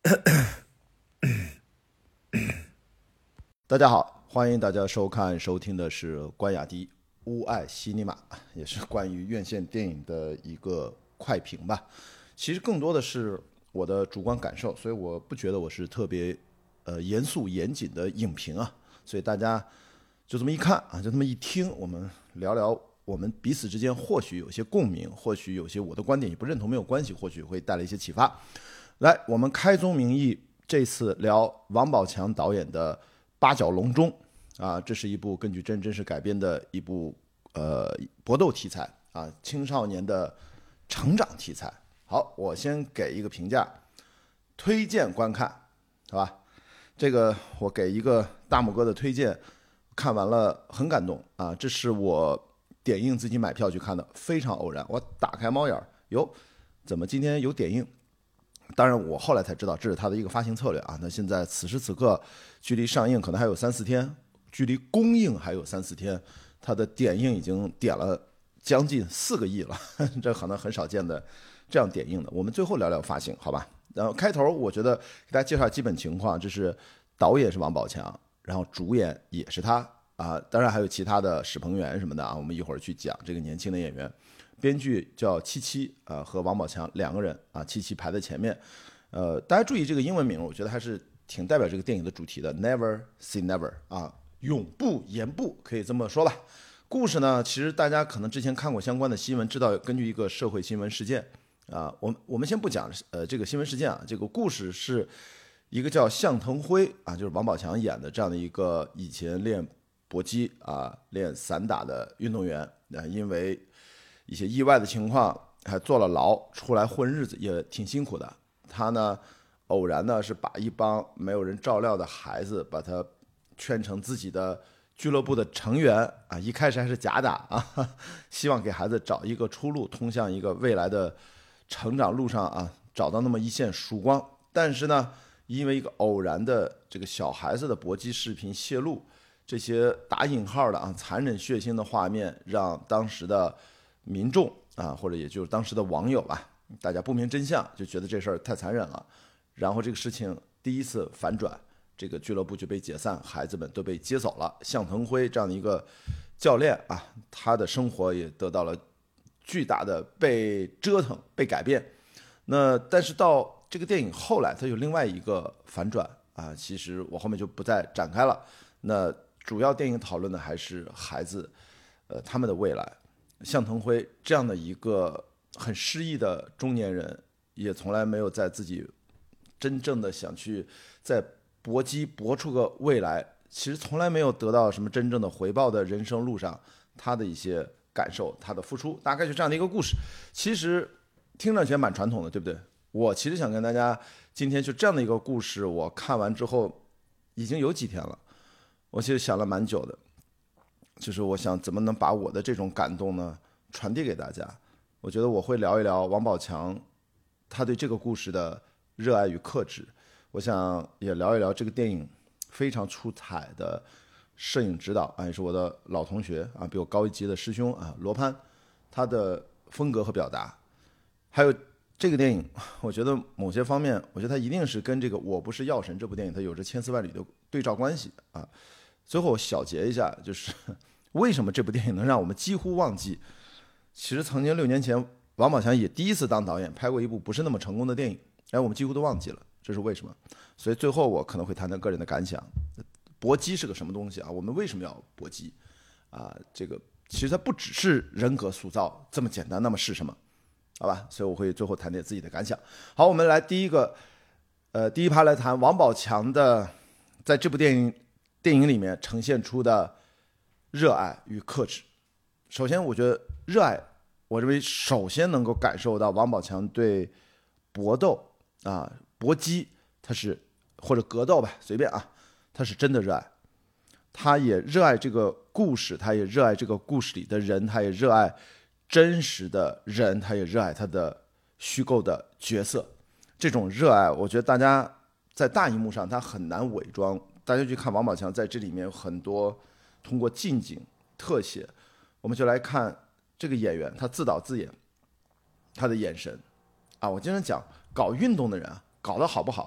大家好，欢迎大家收听的是关雅迪乌爱西尼玛，也是关于院线电影的一个快评吧。其实更多的是我的主观感受，所以我不觉得我是特别严肃严谨的影评啊。所以大家就这么一看啊，就这么一听，我们聊聊我们彼此之间或许有些共鸣，或许有些我的观点你不认同没有关系，或许会带来一些启发。来，我们开宗明义，这次聊王宝强导演的《八角笼中》啊，这是一部根据真实改编的一部搏斗题材啊，青少年的成长题材。好，我先给一个评价，推荐观看，好吧？这个我给一个大拇哥的推荐，看完了很感动啊！这是我点映自己买票去看的，非常偶然，我打开猫眼，哟，怎么今天有点映？当然，我后来才知道这是他的一个发行策略啊。那现在此时此刻，距离上映可能还有3-4天，距离公映还有3-4天，他的点映已经点了将近4个亿了，这可能很少见的这样点映的。我们最后聊聊发行，好吧？然后开头我觉得给大家介绍基本情况，这是导演是王宝强，然后主演也是他啊，当然还有其他的史鹏元什么的啊，我们一会儿去讲这个年轻的演员。编剧叫七七啊，和王宝强2个人啊，七七排在前面。大家注意这个英文名，我觉得还是挺代表这个电影的主题的 ，Never Say Never 啊，永不言不，可以这么说吧。故事呢，其实大家可能之前看过相关的新闻，知道根据一个社会新闻事件啊，我们先不讲这个新闻事件啊，这个故事是一个叫向腾辉啊，就是王宝强演的这样的一个以前练搏击啊、练散打的运动员啊，因为一些意外的情况，还坐了牢，出来混日子也挺辛苦的。他呢，偶然呢是把一帮没有人照料的孩子，把他圈成自己的俱乐部的成员啊。一开始还是假打啊，希望给孩子找一个出路，通向一个未来的成长路上啊，找到那么一线曙光。但是呢，因为一个偶然的这个小孩子的搏击视频泄露，这些打引号的啊残忍血腥的画面，让当时的民众啊，或者也就是当时的网友吧，大家不明真相，就觉得这事儿太残忍了。然后这个事情第一次反转，这个俱乐部就被解散，孩子们都被接走了。向腾辉这样的一个教练啊，他的生活也得到了巨大的被折腾、被改变。那但是到这个电影后来，它有另外一个反转啊，其实我后面就不再展开了。那主要电影讨论的还是孩子，他们的未来。向腾辉这样的一个很失意的中年人，也从来没有在自己真正的想去在搏击搏出个未来，其实从来没有得到什么真正的回报的人生路上，他的一些感受，他的付出，大概就这样的一个故事。其实听上去也蛮传统的，对不对？我其实想跟大家今天就这样的一个故事，我看完之后已经有几天了，我其实想了蛮久的。就是我想怎么能把我的这种感动呢传递给大家。我觉得我会聊一聊王宝强他对这个故事的热爱与克制，我想也聊一聊这个电影非常出彩的摄影指导啊，也是我的老同学啊，比我高一级的师兄啊，罗攀，他的风格和表达，还有这个电影，我觉得某些方面，我觉得它一定是跟这个《我不是药神》这部电影它有着千丝万缕的对照关系啊。最后小结一下，就是为什么这部电影能让我们几乎忘记，其实曾经6年前王宝强也第一次当导演拍过一部不是那么成功的电影，哎，我们几乎都忘记了，这是为什么？所以最后我可能会谈谈个人的感想。搏击是个什么东西啊？我们为什么要搏击啊？这个其实它不只是人格塑造这么简单，那么是什么？好吧，所以我会最后谈点自己的感想。好，我们来第一趴来谈王宝强的在这部电影里面呈现出的热爱与克制。首先，我觉得热爱，我认为首先能够感受到王宝强对搏斗啊、搏击，他是或者格斗吧，随便啊，他是真的热爱。他也热爱这个故事，他也热爱这个故事里的人，他也热爱真实的人，他也热爱他的虚构的角色。这种热爱，我觉得大家在大荧幕上他很难伪装。大家去看王宝强在这里面有很多通过近景特写，我们就来看这个演员他自导自演，他的眼神啊，我经常讲搞运动的人啊，搞得好不好，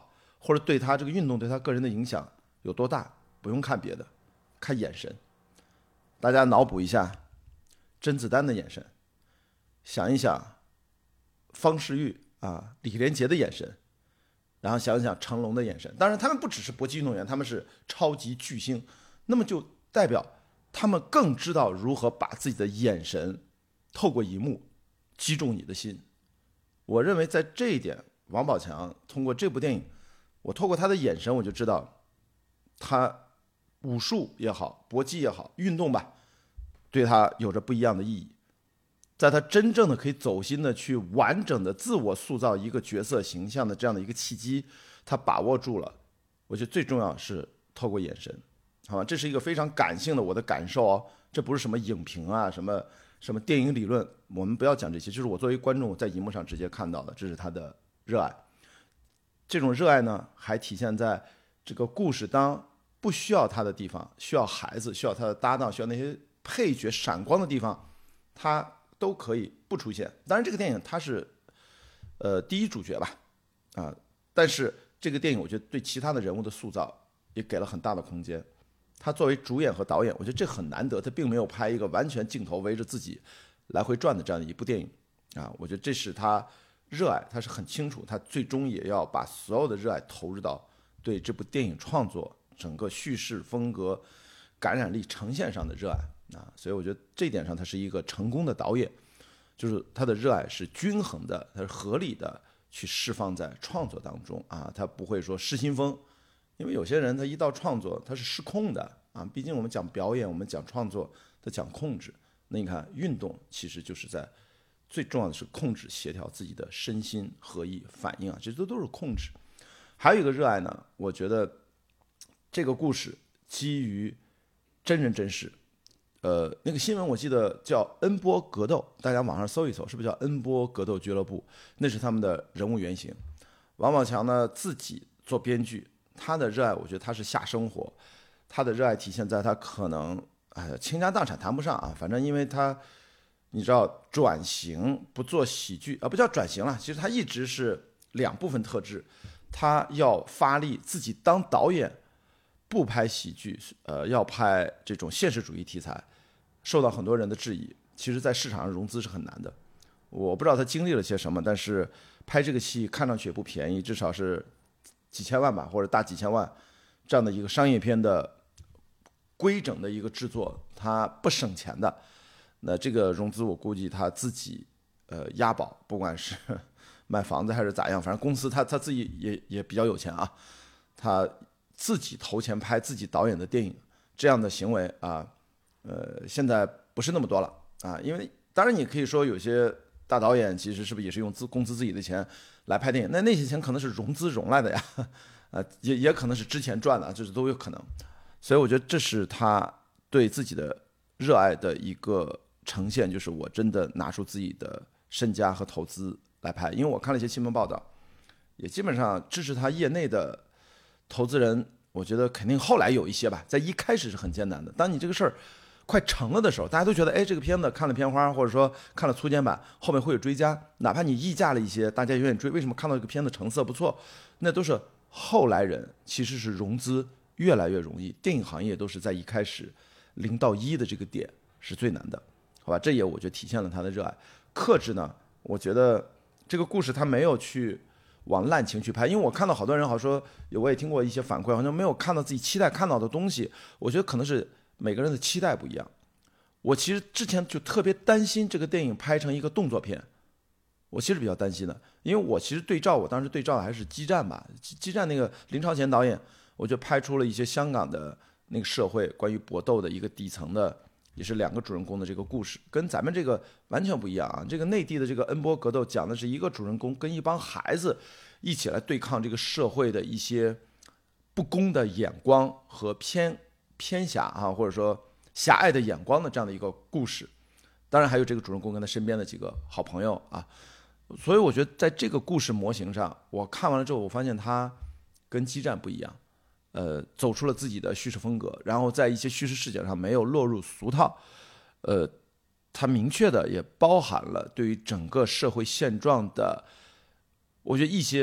或者对他这个运动对他个人的影响有多大，不用看别的，看眼神。大家脑补一下甄子丹的眼神，想一想方世玉李连杰的眼神，然后想一想成龙的眼神。当然他们不只是搏击运动员，他们是超级巨星，那么就代表他们更知道如何把自己的眼神透过荧幕击中你的心。我认为在这一点，王宝强通过这部电影，我透过他的眼神我就知道他武术也好，搏击也好，运动吧，对他有着不一样的意义。在他真正的可以走心的去完整的自我塑造一个角色形象的这样的一个契机，他把握住了。我觉得最重要是透过眼神，好吧，这是一个非常感性的我的感受哦，这不是什么影评啊，什么电影理论，我们不要讲这些，就是我作为观众在荧幕上直接看到的，这是他的热爱。这种热爱呢，还体现在这个故事当不需要他的地方，需要孩子，需要他的搭档，需要那些配角闪光的地方，他都可以不出现。当然这个电影它是第一主角吧，但是这个电影我觉得对其他的人物的塑造也给了很大的空间。他作为主演和导演，我觉得这很难得，他并没有拍一个完全镜头围着自己来回转的这样的一部电影我觉得这是他热爱，他是很清楚，他最终也要把所有的热爱投入到对这部电影创作整个叙事风格感染力呈现上的热爱所以我觉得这一点上他是一个成功的导演，就是他的热爱是均衡的，他是合理的去释放在创作当中他不会说失心疯。因为有些人他一到创作他是失控的毕竟我们讲表演，我们讲创作，他讲控制。那你看运动其实就是在最重要的是控制协调自己的身心合一反应这都是控制。还有一个热爱呢，我觉得这个故事基于真人真事那个新闻我记得叫恩波格斗，大家网上搜一搜，是不是叫恩波格斗俱乐部？那是他们的人物原型。王宝强呢自己做编剧，他的热爱我觉得他是下生活，他的热爱体现在他可能倾家荡产谈不上反正因为他你知道转型不做喜剧不叫转型了，其实他一直是两部分特质。他要发力自己当导演，不拍喜剧要拍这种现实主义题材，受到很多人的质疑。其实在市场上融资是很难的，我不知道他经历了些什么，但是拍这个戏看上去也不便宜，至少是几千万吧，或者大几千万这样的一个商业片的规整的一个制作，他不省钱的。那这个融资我估计他自己押宝，不管是卖房子还是咋样，反正公司他自己也比较有钱他自己投钱拍自己导演的电影，这样的行为现在不是那么多了因为当然你可以说有些大导演其实是不是也是用公司自己的钱来拍电影，那些钱可能是融资融来的呀也可能是之前赚的，这都有可能。所以我觉得这是他对自己的热爱的一个呈现，就是我真的拿出自己的身家和投资来拍。因为我看了一些新闻报道，也基本上支持他业内的投资人，我觉得肯定后来有一些吧，在一开始是很艰难的。当你这个事儿快成了的时候，大家都觉得这个片子看了片花，或者说看了粗剪版，后面会有追加，哪怕你溢价了一些，大家愿意追，为什么看到这个片子成色不错，那都是后来人，其实是融资越来越容易。电影行业都是在一开始0到1的这个点是最难的，好吧？这也我觉得体现了他的热爱。克制呢，我觉得这个故事他没有去往滥情去拍，因为我看到好多人好说，我也听过一些反馈，好像没有看到自己期待看到的东西。我觉得可能是每个人的期待不一样。我其实之前就特别担心这个电影拍成一个动作片，我其实比较担心的，因为我其实我当时对照的还是激战吧，激战那个林超贤导演，我就拍出了一些香港的那个社会关于搏斗的一个底层的，也是2个主人公的这个故事，跟咱们这个完全不一样这个内地的这个恩波格斗讲的是一个主人公跟一帮孩子一起来对抗这个社会的一些不公的眼光和偏狭或者说狭隘的眼光的这样的一个故事。当然还有这个主人公跟他身边的几个好朋友所以我觉得在这个故事模型上，我看完了之后，我发现他跟激战不一样，走出了自己的叙事风格，然后在一些叙事视角上没有落入俗套，他明确的也包含了对于整个社会现状的，我觉得一些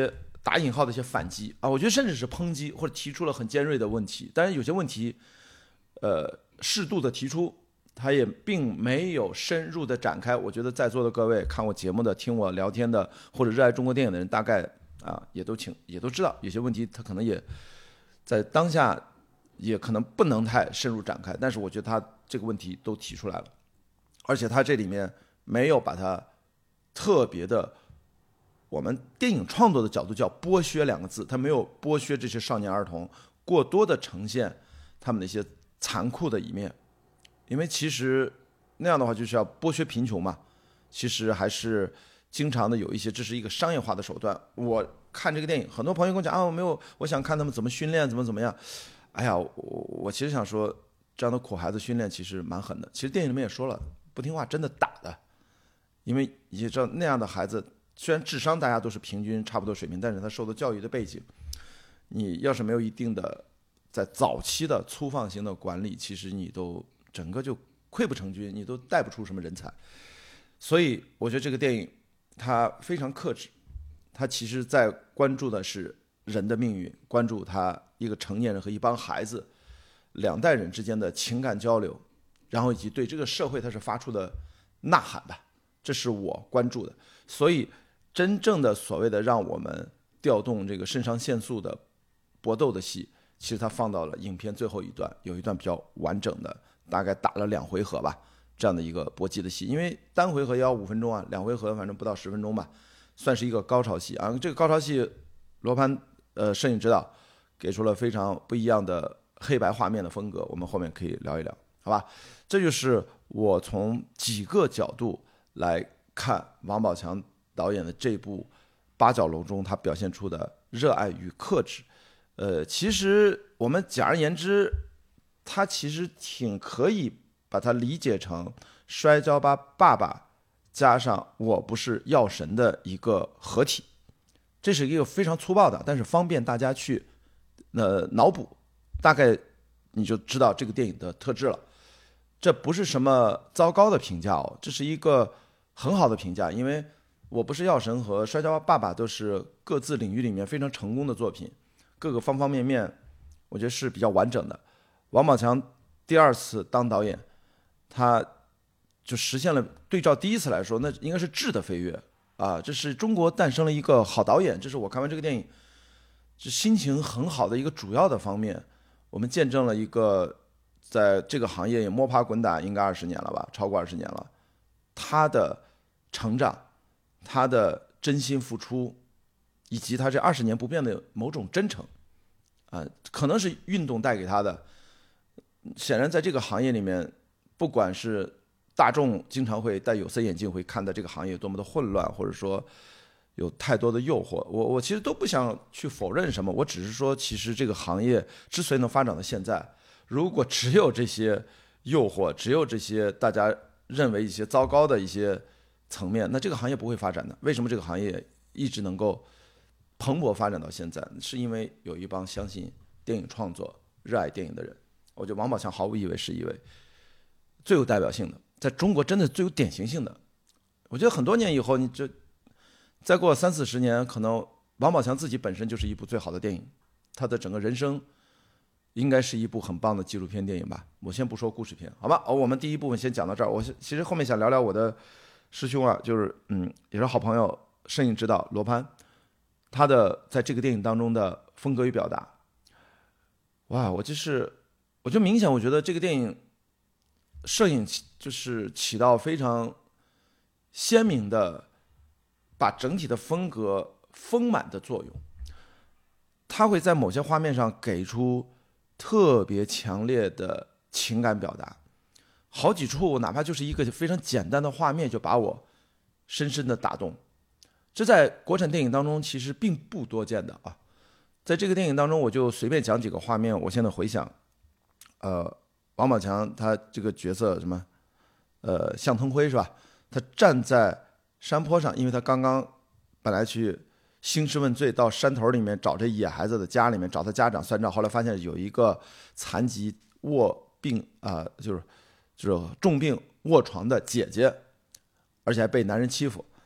打引号的一些反击啊，我觉得甚至是抨击或者提出了很尖锐的问题。但是有些问题，适度的提出，他也并没有深入的展开。我觉得在座的各位看我节目的、听我聊天的或者热爱中国电影的人，大概也都知道，有些问题他可能也在当下也可能不能太深入展开。但是我觉得他这个问题都提出来了，而且他这里面没有把它特别的。我们电影创作的角度叫剥削两个字，他没有剥削这些少年儿童，过多的呈现他们的一些残酷的一面，因为其实那样的话就是要剥削贫穷嘛。其实还是经常的有一些，这是一个商业化的手段。我看这个电影，很多朋友跟我讲我没有，我想看他们怎么训练，怎么样。哎呀，我其实想说，这样的苦孩子训练其实蛮狠的。其实电影里面也说了，不听话真的打的，因为你知道那样的孩子。虽然智商大家都是平均差不多水平，但是他受的教育的背景，你要是没有一定的在早期的粗放型的管理，其实你都整个就溃不成军，你都带不出什么人才。所以我觉得这个电影它非常克制，它其实在关注的是人的命运，关注他一个成年人和一帮孩子两代人之间的情感交流，然后以及对这个社会它是发出的呐喊吧，这是我关注的。所以真正的所谓的让我们调动这个肾上腺素的搏斗的戏，其实它放到了影片最后一段，有一段比较完整的，大概打了2回合吧，这样的一个搏击的戏。因为单回合也要5分钟啊，2回合反正不到10分钟吧，算是一个高潮戏啊。这个高潮戏，罗盘摄影指导给出了非常不一样的黑白画面的风格，我们后面可以聊一聊，好吧？这就是我从几个角度来看王宝强导演的这部《八角笼中》，他表现出的热爱与克制。其实我们简而言之，他其实挺可以把它理解成《摔跤吧，爸爸》加上《我不是药神》的一个合体。这是一个非常粗暴的，但是方便大家去脑补，大概你就知道这个电影的特质了。这不是什么糟糕的评价这是一个很好的评价，因为我不是药神和摔跤吧爸爸都是各自领域里面非常成功的作品，各个方方面面我觉得是比较完整的。王宝强第2次当导演，他就实现了，对照第1次来说，那应该是质的飞跃啊！这是中国诞生了一个好导演，这是我看完这个电影是心情很好的一个主要的方面。我们见证了一个在这个行业也摸爬滚打应该20年了吧，超过20年了，他的成长，他的真心付出，以及他这20年不变的某种真诚可能是运动带给他的。显然在这个行业里面，不管是大众经常会戴有色眼镜，会看到这个行业多么的混乱，或者说有太多的诱惑，我其实都不想去否认什么，我只是说其实这个行业之所以能发展到现在，如果只有这些诱惑，只有这些大家认为一些糟糕的一些层面，那这个行业不会发展的。为什么这个行业一直能够蓬勃发展到现在？是因为有一帮相信电影创作、热爱电影的人。我觉得王宝强毫无疑问是一位最有代表性的，在中国真的最有典型性的。我觉得很多年以后，你这再过30-40年，可能王宝强自己本身就是一部最好的电影，他的整个人生应该是一部很棒的纪录片电影吧。我先不说故事片，好吧？我们第一部分先讲到这儿。我其实后面想聊聊我的师兄就是也是好朋友，摄影指导罗盘，他的在这个电影当中的风格与表达，哇，我就明显我觉得这个电影摄影就是起到非常鲜明的把整体的风格丰满的作用。他会在某些画面上给出特别强烈的情感表达，好几处哪怕就是一个非常简单的画面就把我深深的打动。这在国产电影当中其实并不多见的在这个电影当中，我就随便讲几个画面。我现在回想王宝强他这个角色什么向腾辉是吧，他站在山坡上，因为他刚刚本来去兴师问罪，到山头里面找这野孩子的家里面找他家长算账，后来发现有一个残疾卧病就是重病卧床的姐姐，而且还被男人欺负。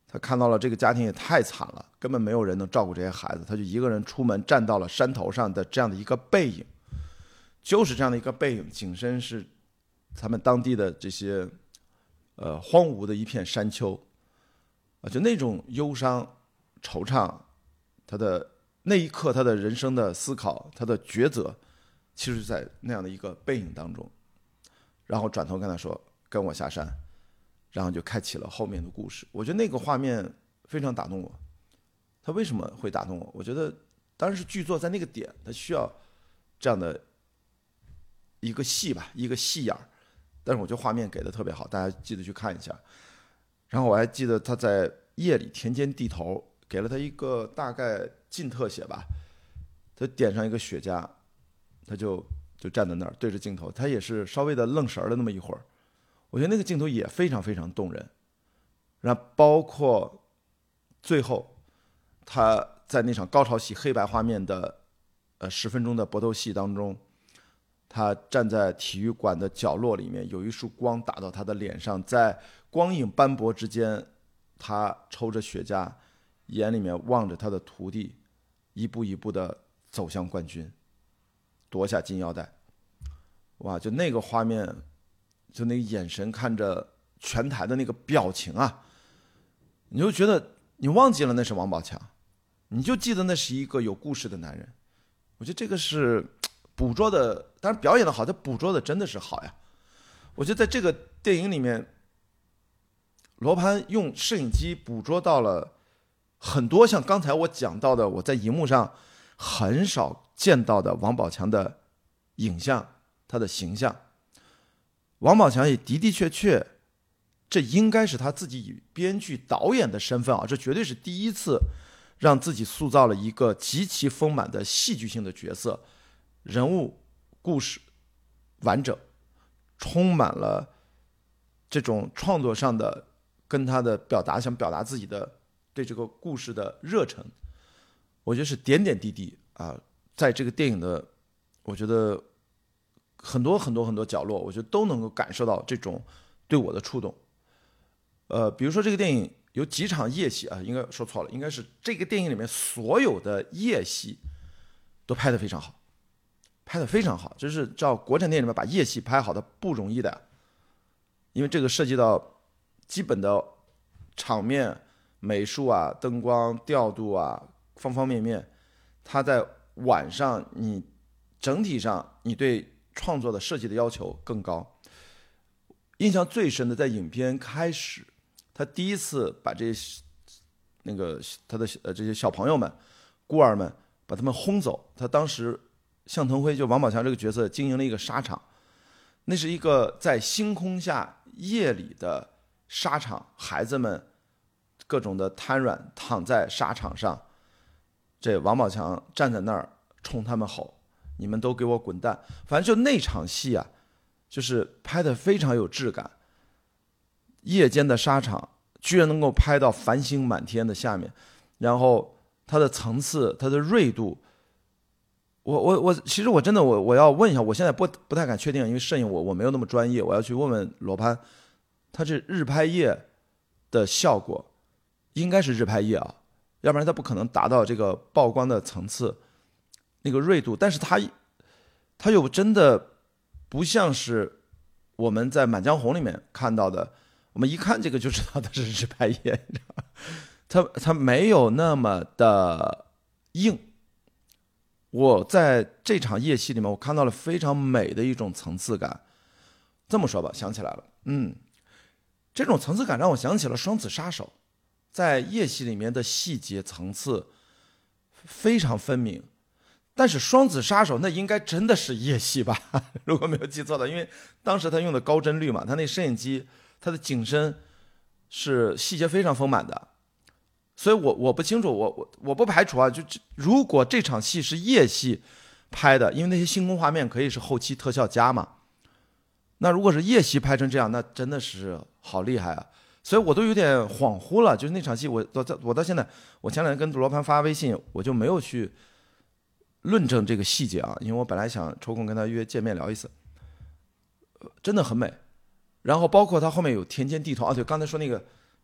他看到了这个家庭也太惨了，根本没有人能照顾这些孩子，他就一个人出门站到了山头上的这样的一个背影，就是这样的一个背影，景深是他们当地的这些荒芜的一片山丘啊，就那种忧伤惆怅，他的那一刻他的人生的思考，他的抉择，其实在那样的一个背影当中，然后转头跟他说跟我下山，然后就开启了后面的故事。我觉得那个画面非常打动我。他为什么会打动我？我觉得当然是剧作在那个点，他需要这样的一个戏吧，一个戏眼儿。但是我觉得画面给的特别好，大家记得去看一下。然后我还记得他在夜里田间地头给了他一个大概近特写吧，他点上一个雪茄，他就站在那儿对着镜头，他也是稍微的愣神了那么一会儿。我觉得那个镜头也非常非常动人。然后包括最后他在那场高潮戏黑白画面的10分钟的搏斗戏当中，他站在体育馆的角落里面，有一束光打到他的脸上，在光影斑驳之间，他抽着雪茄，眼里面望着他的徒弟一步一步的走向冠军，夺下金腰带。哇，就那个画面，就那个眼神看着全台的那个表情啊，你就觉得你忘记了那是王宝强，你就记得那是一个有故事的男人。我觉得这个是捕捉的，当然表演的好，他捕捉的真的是好呀。我觉得在这个电影里面，罗盘用摄影机捕捉到了很多像刚才我讲到的，我在荧幕上很少见到的王宝强的影像，他的形象。王宝强也的的确确，这应该是他自己以编剧导演的身份啊，这绝对是第一次让自己塑造了一个极其丰满的戏剧性的角色，人物故事完整，充满了这种创作上的跟他的表达，想表达自己的对这个故事的热忱。我觉得是点点滴滴啊，在这个电影的，我觉得很多很多很多角落，我觉得都能够感受到这种对我的触动。比如说这个电影有几场夜戏啊，应该说错了，应该是这个电影里面所有的夜戏都拍得非常好，拍得非常好，就是照国产电影里面把夜戏拍好的不容易的，因为这个涉及到基本的场面、美术啊、灯光调度啊，方方面面，它在晚上你整体上你对创作的设计的要求更高。印象最深的在影片开始，他第一次把他的这些小朋友们、孤儿们把他们轰走。他当时向腾辉就王宝强这个角色经营了一个沙场，那是一个在星空下夜里的沙场，孩子们各种的瘫软躺在沙场上，这王宝强站在那儿冲他们吼：“你们都给我滚蛋！”反正就那场戏啊，就是拍得非常有质感。夜间的沙场居然能够拍到繁星满天的下面，然后它的层次、它的锐度，其实我真的我要问一下，我现在不太敢确定，因为摄影我没有那么专业，我要去问问罗潘，他这日拍夜的效果应该是日拍夜啊，要不然他不可能达到这个曝光的层次、那个锐度，但是他又真的不像是我们在《满江红》里面看到的，我们一看这个就知道它是日拍夜，它没有那么的硬。我在这场夜戏里面，我看到了非常美的一种层次感。这么说吧，想起来了，这种层次感让我想起了《双子杀手》，在夜戏里面的细节层次非常分明。但是《双子杀手》那应该真的是夜戏吧？如果没有记错的，因为当时他用的高帧率嘛，他那摄影机，他的景深是细节非常丰满的。所以我不清楚，我不排除啊，如果这场戏是夜戏拍的，因为那些星空画面可以是后期特效加嘛，那如果是夜戏拍成这样，那真的是好厉害啊！所以我都有点恍惚了，就是那场戏，我到现在，我前两天跟罗盘发微信，我就没有去论证这个细节啊，因为我本来想抽空跟他约见面聊一次，真的很美。然后包括他后面有田间地头啊，对，刚才说那个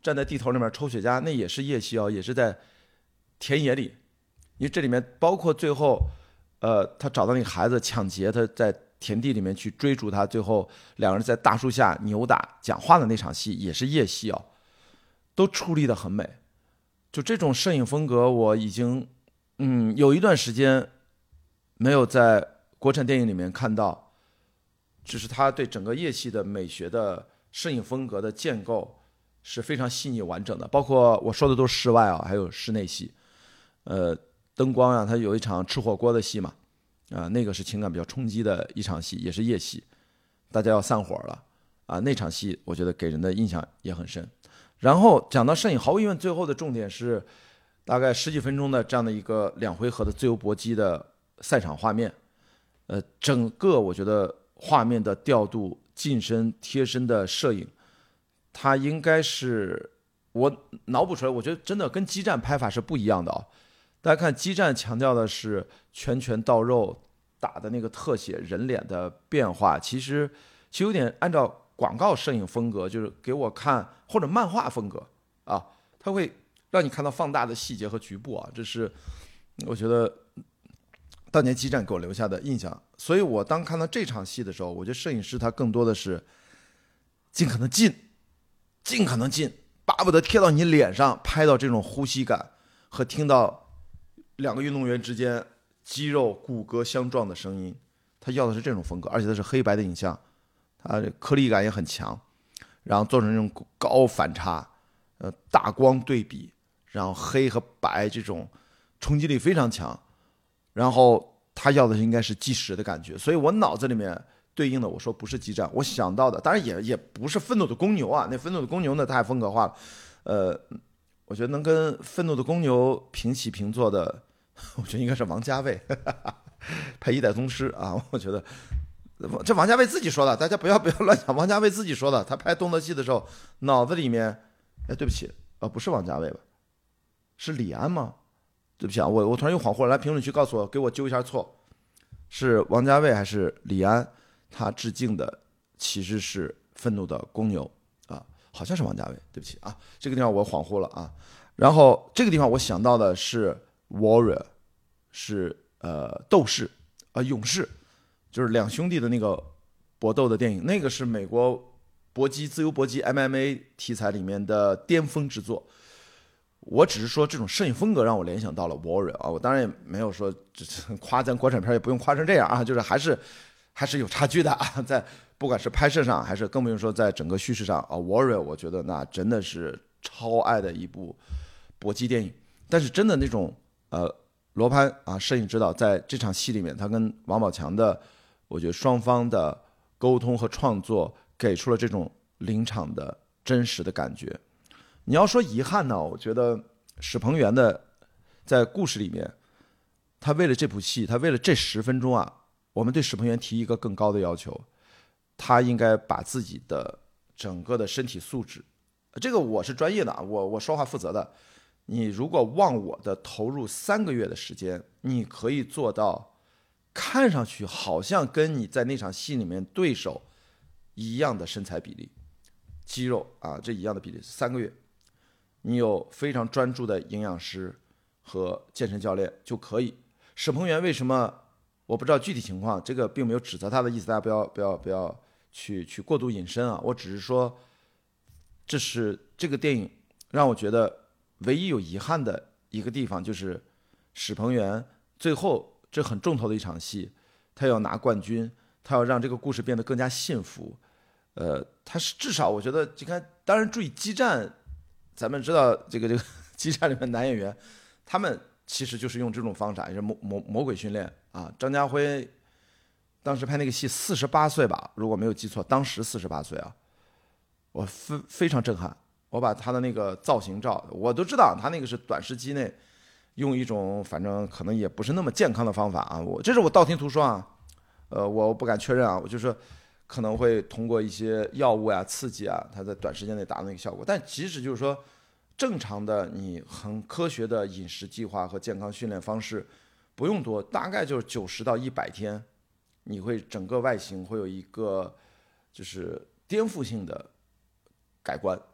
站在地头那边抽雪茄，那也是夜戏哦，也是在田野里，因为这里面包括最后，他找到那个孩子抢劫，他在田地里面去追逐他，最后两个人在大树下扭打讲话的那场戏也是夜戏哦，都处理得很美。就这种摄影风格，我已经有一段时间没有在国产电影里面看到，就是他对整个夜戏的美学的摄影风格的建构是非常细腻完整的，包括我说的都是室外啊，还有室内戏。灯光啊，它有一场吃火锅的戏嘛，那个是情感比较冲击的一场戏，也是夜戏，大家要散伙了啊，那场戏我觉得给人的印象也很深。然后讲到摄影，毫无疑问，最后的重点是大概十几分钟的这样的一个2回合的自由搏击的赛场画面，整个我觉得画面的调度、近身、贴身的摄影，它应该是我脑补出来，我觉得真的跟激战拍法是不一样的啊。大家看激战强调的是拳拳到肉打的那个特写，人脸的变化，其实有点按照广告摄影风格，就是给我看或者漫画风格啊，它会让你看到放大的细节和局部啊，这是我觉得当年激战给我留下的印象。所以我当看到这场戏的时候，我觉得摄影师他更多的是尽可能近，巴不得贴到你脸上，拍到这种呼吸感和听到两个运动员之间肌肉骨骼相撞的声音，他要的是这种风格，而且它是黑白的影像，它颗粒感也很强，然后做成这种高反差，大光对比，然后黑和白这种冲击力非常强，然后他要的应该是计时的感觉，所以我脑子里面对应的我说不是激战，我想到的当然也不是愤怒的公牛啊，那愤怒的公牛呢太风格化了，我觉得能跟愤怒的公牛平起平坐的，我觉得应该是王家卫拍一代宗师啊，我觉得这王家卫自己说的，大家不要乱讲，王家卫自己说的，他拍动作戏的时候脑子里面，对不起，不是王家卫吧，是李安吗？对不起啊，我突然又恍惚了，来评论区告诉我，给我纠一下错，是王家卫还是李安？他致敬的其实是愤怒的公牛啊，好像是王家卫，对不起啊，这个地方我恍惚了啊。然后这个地方我想到的是 Warrior， 是斗士勇士，就是两兄弟的那个搏斗的电影，那个是美国自由搏击 MMA 题材里面的巅峰之作。我只是说这种摄影风格让我联想到了 Warrior 啊，我当然也没有说夸咱国产片也不用夸成这样啊，就是还是有差距的啊，在不管是拍摄上还是更不用说在整个叙事上啊 ，Warrior 我觉得那真的是超爱的一部搏击电影。但是真的那种罗潘啊摄影指导在这场戏里面，他跟王宝强的，我觉得双方的沟通和创作给出了这种临场的真实的感觉。你要说遗憾呢，我觉得史鹏元的在故事里面，他为了这部戏，他为了这10分钟啊，我们对史鹏元提一个更高的要求，他应该把自己的整个的身体素质，这个我是专业的啊，我说话负责的。你如果忘我的投入3个月的时间，你可以做到看上去好像跟你在那场戏里面对手一样的身材比例、肌肉啊，这一样的比例，3个月。你有非常专注的营养师和健身教练就可以。史鹏元为什么我不知道具体情况，这个并没有指责他的意思，大家不要去过度引申啊。我只是说，这是这个电影让我觉得唯一有遗憾的一个地方，就是史鹏元最后这很重头的一场戏，他要拿冠军，他要让这个故事变得更加幸福。他是至少我觉得，你看，当然注意激战。咱们知道这个激战里面男演员，他们其实就是用这种方法，也是魔鬼训练啊。张家辉当时拍那个戏48岁吧，如果没有记错，当时48岁啊，我非常震撼。我把他的那个造型照，我都知道他那个是短时期内用一种反正可能也不是那么健康的方法啊，这是我道听途说啊，我不敢确认啊，我就说可能会通过一些药物啊刺激啊，它在短时间内达到那个效果。但即使就是说正常的你很科学的饮食计划和健康训练方式，不用多，大概就是90到100天，你会整个外形会有一个就是颠覆性的改观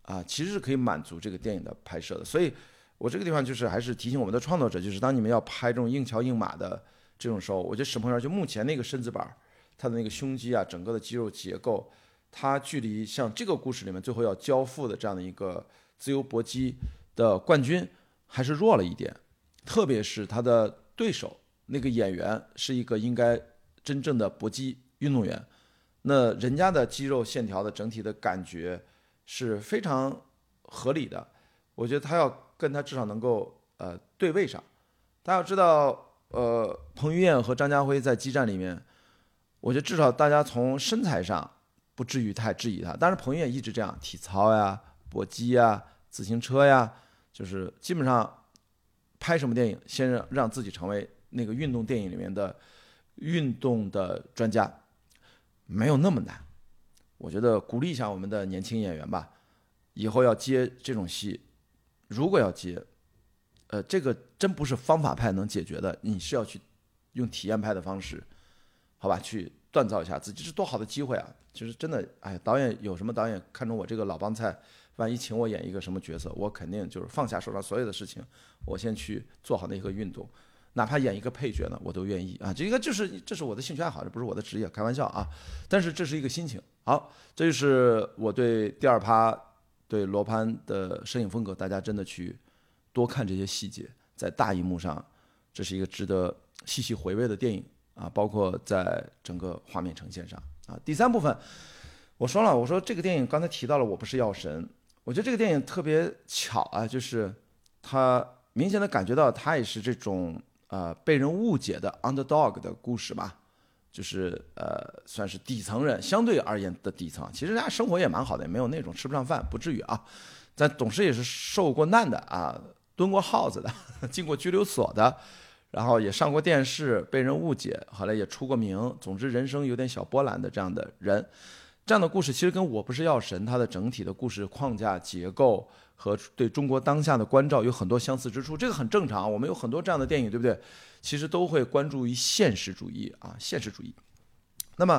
啊，其实是可以满足这个电影的拍摄的。所以我这个地方就是还是提醒我们的创作者，就是当你们要拍这种硬桥硬马的这种时候，我觉得史鹏元就目前那个身子板，他的那个胸肌啊，整个的肌肉结构，他距离像这个故事里面最后要交付的这样的一个自由搏击的冠军还是弱了一点，特别是他的对手那个演员是一个应该真正的搏击运动员，那人家的肌肉线条的整体的感觉是非常合理的，我觉得他要跟他至少能够对位上。大家要知道，彭于晏和张家辉在激战里面，我觉得至少大家从身材上不至于太质疑他。当然，彭于晏一直这样，体操呀、搏击呀、自行车呀，就是基本上拍什么电影，先让自己成为那个运动电影里面的运动的专家，没有那么难。我觉得鼓励一下我们的年轻演员吧，以后要接这种戏，如果要接，这个真不是方法派能解决的，你是要去用体验派的方式，好吧，去锻造一下自己，这是多好的机会啊！就是真的，哎，导演有什么导演看中我这个老帮菜，万一请我演一个什么角色，我肯定就是放下手上所有的事情，我先去做好那个运动，哪怕演一个配角呢，我都愿意啊！这是我的兴趣爱好，这不是我的职业，开玩笑啊！但是这是一个心情。好，这就是我对第二趴对罗盘的摄影风格，大家真的去多看这些细节，在大荧幕上，这是一个值得细细回味的电影啊！包括在整个画面呈现上啊。第三部分，我说了，我说这个电影刚才提到了《我不是药神》，我觉得这个电影特别巧啊，就是他明显的感觉到他也是这种被人误解的 underdog 的故事嘛，就是算是底层人相对而言的底层，其实人家生活也蛮好的，也没有那种吃不上饭，不至于啊。但董事也是受过难的啊，蹲过耗子的，进过拘留所的，然后也上过电视，被人误解，后来也出过名，总之人生有点小波澜的这样的人。这样的故事其实跟我不是药神它的整体的故事框架结构和对中国当下的关照有很多相似之处，这个很正常。我们有很多这样的电影，对不对？其实都会关注于现实主义啊，现实主义。那么，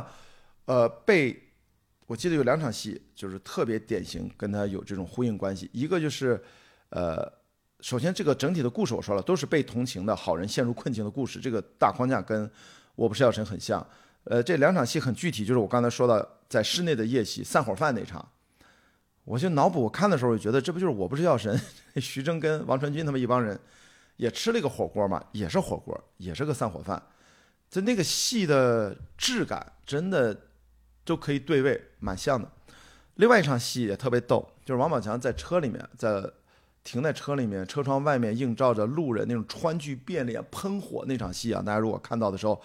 我记得有两场戏就是特别典型，跟他有这种呼应关系。一个就是，首先这个整体的故事我说了，都是被同情的好人陷入困境的故事，这个大框架跟我不是药神很像。这两场戏很具体，就是我刚才说的在室内的夜戏散伙饭那场，我就脑补，我看的时候就觉得这不就是我不是药神，徐峥跟王传君他们一帮人也吃了一个火锅嘛，也是火锅，也是个散伙饭，就那个戏的质感真的都可以对位，蛮像的。另外一场戏也特别逗，就是王宝强在车里面，停在车里面，车窗外面映照着路人那种川剧变脸喷火那场戏啊，大家如果看到的时候，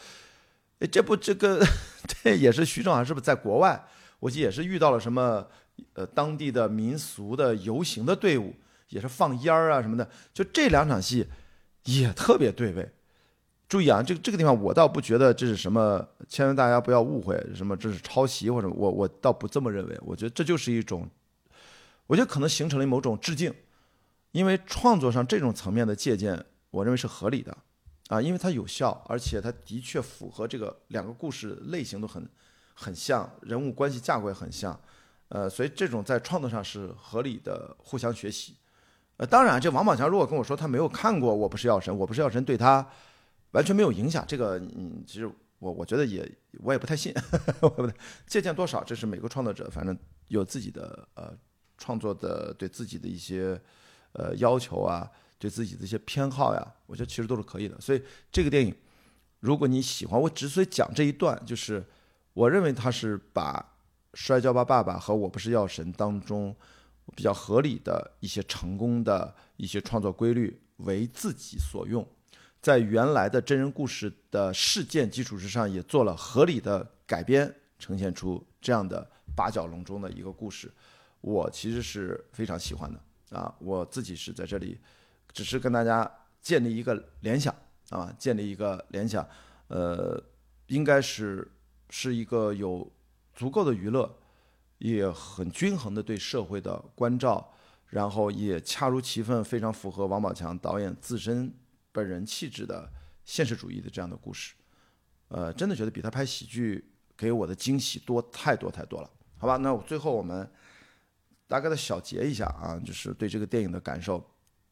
这也是徐峥啊，是不是在国外？我记得也是遇到了什么当地的民俗的游行的队伍，也是放烟儿啊什么的，就这两场戏也特别对位。注意啊，这个地方我倒不觉得这是什么，千万大家不要误会，什么这是抄袭或者我倒不这么认为，我觉得这就是一种，我觉得可能形成了某种致敬，因为创作上这种层面的借鉴，我认为是合理的。啊，因为它有效，而且它的确符合这个两个故事类型都很像，人物关系架构也很像，所以这种在创作上是合理的互相学习。当然，这王宝强如果跟我说他没有看过《我不是药神》，《我不是药神》对他完全没有影响，这个其实我觉得我也不太信，借鉴多少这是每个创作者反正有自己的创作的对自己的一些要求啊。对自己的一些偏好呀，我觉得其实都是可以的。所以这个电影，如果你喜欢，我之所以讲这一段，就是我认为他是把《摔跤吧，爸爸》和《我不是药神》当中比较合理的一些成功的一些创作规律为自己所用，在原来的真人故事的事件基础之上，也做了合理的改编，呈现出这样的八角笼中的一个故事。我其实是非常喜欢的啊，我自己是在这里。只是跟大家建立一个联想啊，建立一个联想，应该是一个有足够的娱乐，也很均衡的对社会的关照，然后也恰如其分，非常符合王宝强导演自身本人气质的现实主义的这样的故事，真的觉得比他拍喜剧给我的惊喜多太多太多了，好吧？那最后我们大概的小结一下啊，就是对这个电影的感受。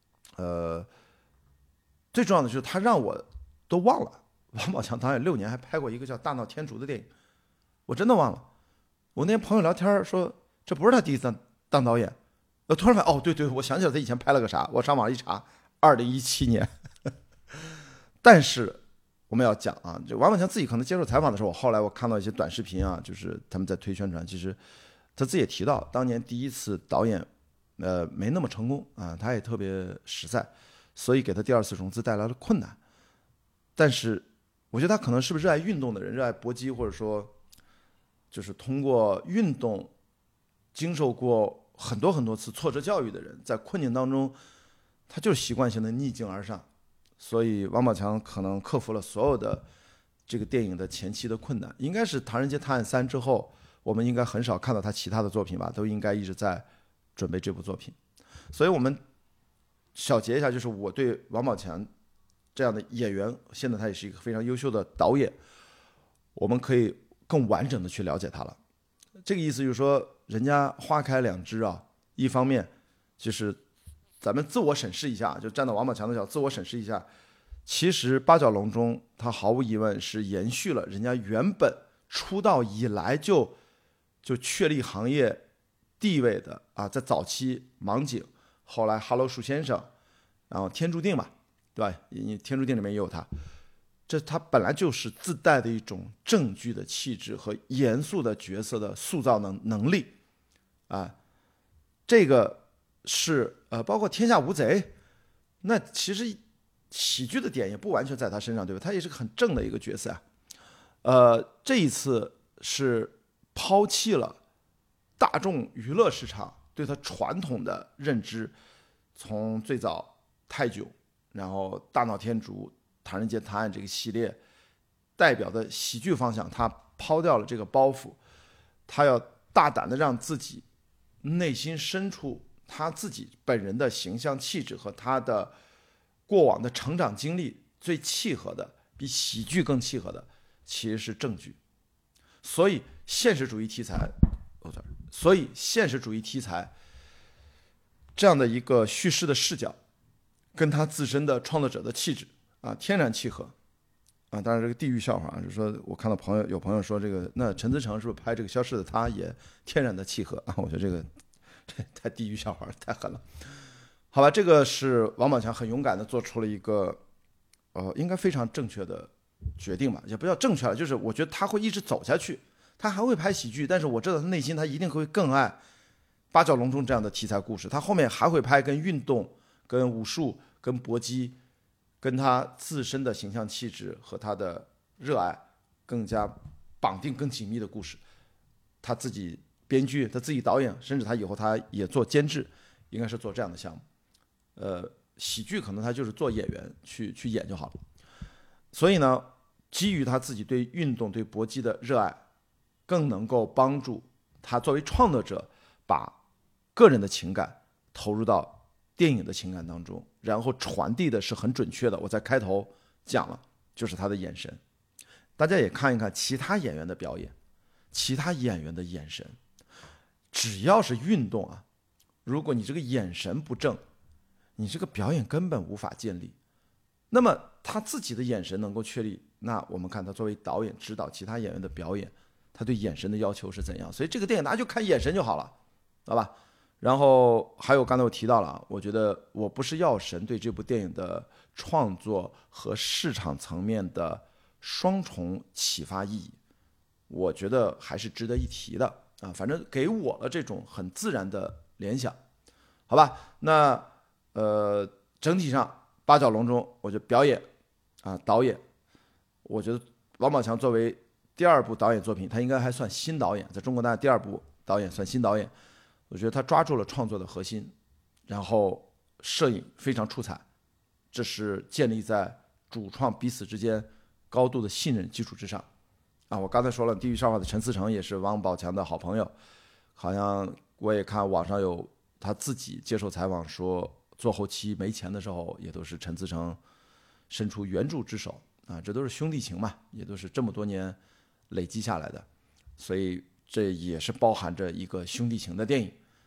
最重要的就是他让我都忘了，王宝强导演6年还拍过一个叫《大闹天竺》的电影，我真的忘了。我那天朋友聊天说，这不是他第一次当导演。我突然发现，哦，对，我想起来他以前拍了个啥，我上网一查，2017年。但是我们要讲啊，就王宝强自己可能接受采访的时候，我看到一些短视频啊，就是他们在推宣传，其实他自己也提到，当年第一次导演，没那么成功啊，他也特别实在，所以给他第2次融资带来了困难。但是我觉得他可能是不是热爱运动的人，热爱搏击，或者说就是通过运动经受过很多次挫折教育的人，在困境当中，他就是习惯性的逆境而上。所以王宝强可能克服了所有的这个电影的前期的困难，应该是《唐人街探案3》之后，我们应该很少看到他其他的作品吧，都应该一直在准备这部作品。所以我们小结一下，就是我对王宝强这样的演员，现在他也是一个非常优秀的导演，我们可以更完整的去了解他了。这个意思就是说，人家花开两枝啊，一方面就是咱们自我审视一下，就站到王宝强的角度自我审视一下，其实八角笼中他毫无疑问是延续了人家原本出道以来就确立行业地位的啊，在早期盲井，后来哈喽树先生，然后天注定嘛，对吧？天注定里面也有他，他本来就是自带的一种正剧的气质和严肃的角色的塑造能力啊，这个是包括天下无贼，那其实喜剧的点也不完全在他身上，对吧？他也是个很正的一个角色啊。这一次是抛弃了大众娱乐市场对他传统的认知，从最早泰囧，然后大闹天竺、唐人街探案这个系列代表的喜剧方向，他抛掉了这个包袱，他要大胆的让自己内心深处他自己本人的形象气质和他的过往的成长经历最契合的，比喜剧更契合的其实是正剧。所以现实主义题材这样的一个叙事的视角，跟他自身的创作者的气质啊天然契合啊。当然这个地域笑话就是说，我看到有朋友说这个，那陈思诚是不是拍这个消失的他也天然的契合啊？我觉得这个太地狱笑话，太狠了。好吧，这个是王宝强很勇敢的做出了一个应该非常正确的决定吧，也不叫正确了，就是我觉得他会一直走下去，他还会拍喜剧，但是我知道他内心他一定会更爱八角笼中这样的题材故事，他后面还会拍跟运动、跟武术、跟搏击、跟他自身的形象气质和他的热爱更加绑定、更紧密的故事。他自己编剧，他自己导演，甚至他以后他也做监制，应该是做这样的项目。喜剧可能他就是做演员去演就好了。所以呢，基于他自己对运动、对搏击的热爱，更能够帮助他作为创作者把个人的情感投入到电影的情感当中，然后传递的是很准确的。我在开头讲了，就是他的眼神。大家也看一看其他演员的表演，其他演员的眼神，只要是运动啊，如果你这个眼神不正，你这个表演根本无法建立。那么他自己的眼神能够确立，那我们看他作为导演指导其他演员的表演，他对眼神的要求是怎样。所以这个电影大家就看眼神就好了，好吧？然后还有刚才我提到了，我觉得我不是药神对这部电影的创作和市场层面的双重启发意义，我觉得还是值得一提的啊。反正给我了这种很自然的联想，好吧？那整体上八角笼中，我觉得表演啊导演，我觉得王宝强作为第2部导演作品，他应该还算新导演，在中国大陆第2部导演算新导演，我觉得他抓住了创作的核心，然后摄影非常出彩，这是建立在主创彼此之间高度的信任基础之上啊。我刚才说了，地狱笑话的陈思诚也是王宝强的好朋友，好像我也看网上有他自己接受采访说，做后期没钱的时候，也都是陈思诚伸出援助之手啊，这都是兄弟情嘛，也都是这么多年累积下来的，所以这也是包含着一个兄弟情的电影。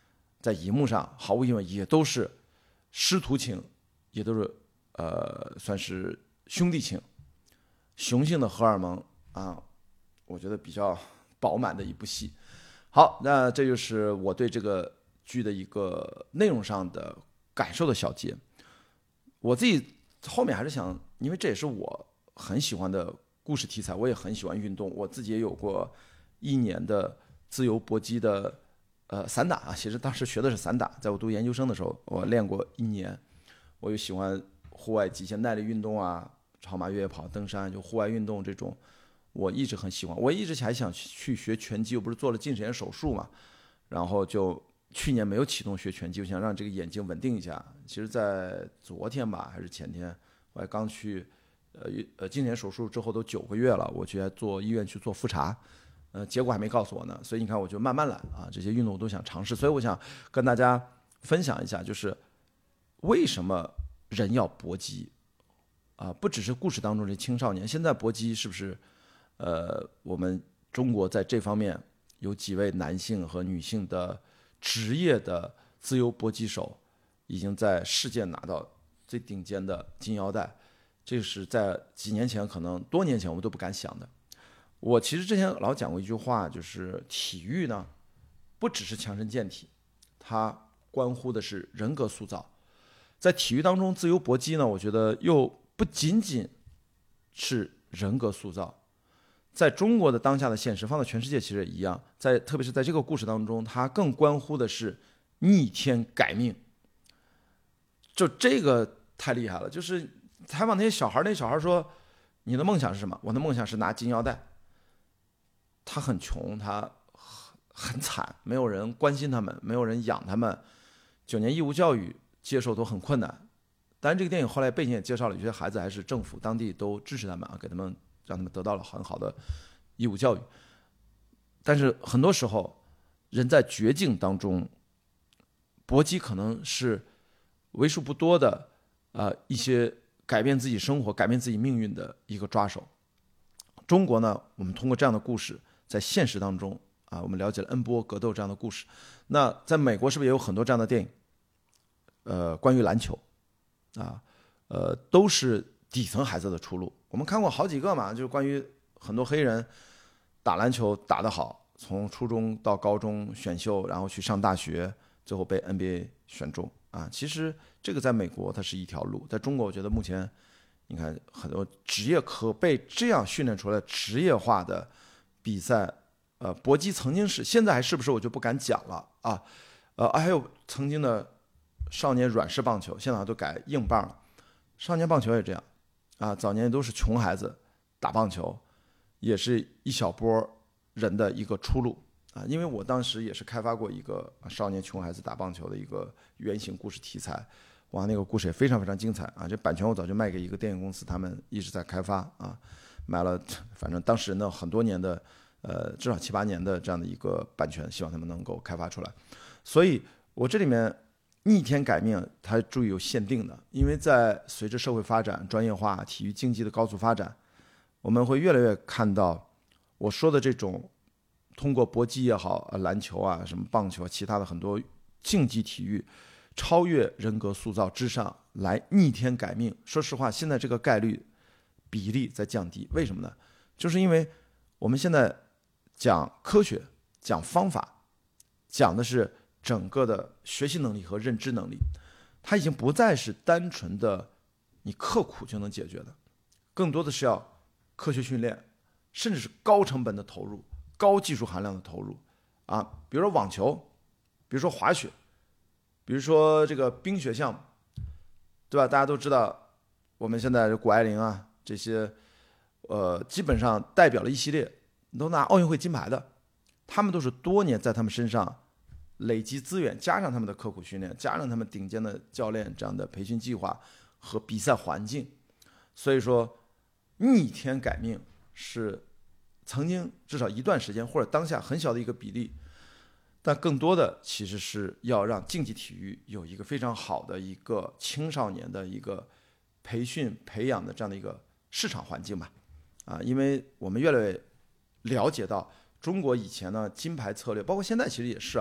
在荧幕上毫无疑问也都是师徒情，也都是算是兄弟情，雄性的荷尔蒙啊，我觉得比较饱满的一部戏。好，那这就是我对这个剧的一个内容上的感受的小结。我自己后面还是想，因为这也是我很喜欢的故事题材，我也很喜欢运动，我自己也有过1年的自由搏击的散打啊，其实当时学的是散打，在我读研究生的时候，我练过1年。我又喜欢户外极限耐力运动啊，超马、越野跑、登山，就户外运动这种，我一直很喜欢。我一直还想去学拳击，我不是做了近视眼手术嘛，然后就去年没有启动学拳击，我想让这个眼睛稳定一下。其实，在昨天吧，还是前天，我还刚去近视眼手术之后都9个月了，我去做医院去做复查。结果还没告诉我呢，所以你看，我就慢慢来啊，这些运动我都想尝试。所以我想跟大家分享一下，就是为什么人要搏击啊？不只是故事当中这青少年，现在搏击是不是？我们中国在这方面有几位男性和女性的职业的自由搏击手，已经在世界拿到最顶尖的金腰带，这是在几年前，可能多年前我们都不敢想的。我其实之前老讲过一句话，就是体育呢，不只是强身健体，它关乎的是人格塑造。在体育当中，自由搏击呢，我觉得又不仅仅是人格塑造，在中国的当下的现实，放到全世界其实也一样，特别是在这个故事当中，它更关乎的是逆天改命。就这个太厉害了，就是采访那些小孩，那小孩说：“你的梦想是什么？”我的梦想是拿金腰带。他很穷，他很惨，没有人关心他们，没有人养他们，9年义务教育接受都很困难。当然，这个电影后来背景也介绍了，有些孩子还是政府当地都支持他们啊，给他们让他们得到了很好的义务教育。但是很多时候，人在绝境当中，搏击可能是为数不多的一些改变自己生活、改变自己命运的一个抓手。中国呢，我们通过这样的故事，在现实当中啊，我们了解了恩波格斗这样的故事。那在美国是不是也有很多这样的电影？关于篮球啊，都是底层孩子的出路。我们看过好几个嘛，就是关于很多黑人打篮球打得好，从初中到高中选秀，然后去上大学，最后被 NBA 选中啊。其实这个在美国它是一条路，在中国我觉得目前你看很多职业可被这样训练出来职业化的比赛，搏击曾经是，现在还是不是我就不敢讲了啊。还有曾经的少年软式棒球，现在都改硬棒了。少年棒球也这样啊，早年都是穷孩子打棒球，也是一小波人的一个出路啊。因为我当时也是开发过一个少年穷孩子打棒球的一个原型故事题材。哇，那个故事也非常非常精彩啊！这版权我早就卖给一个电影公司，他们一直在开发啊，买了反正当时人的很多年的至少7、8年的这样的一个版权，希望他们能够开发出来。所以我这里面逆天改命，它注意有限定的，因为在随着社会发展、专业化、体育竞技的高速发展，我们会越来越看到我说的这种通过搏击也好、篮球啊、什么棒球、其他的很多竞技体育。超越人格塑造之上来逆天改命，说实话，现在这个概率比例在降低。为什么呢？就是因为我们现在讲科学、讲方法，讲的是整个的学习能力和认知能力，它已经不再是单纯的你刻苦就能解决的，更多的是要科学训练，甚至是高成本的投入、高技术含量的投入啊。比如说网球，比如说滑雪。比如说这个冰雪项目，对吧？大家都知道，我们现在谷爱凌啊这些，基本上代表了一系列都拿奥运会金牌的，他们都是多年在他们身上累积资源，加上他们的刻苦训练，加上他们顶尖的教练这样的培训计划和比赛环境，所以说逆天改命是曾经至少一段时间或者当下很小的一个比例。但更多的其实是要让竞技体育有一个非常好的一个青少年的一个培训培养的这样的一个市场环境吧，啊，因为我们越来越了解到中国以前呢金牌策略，包括现在其实也是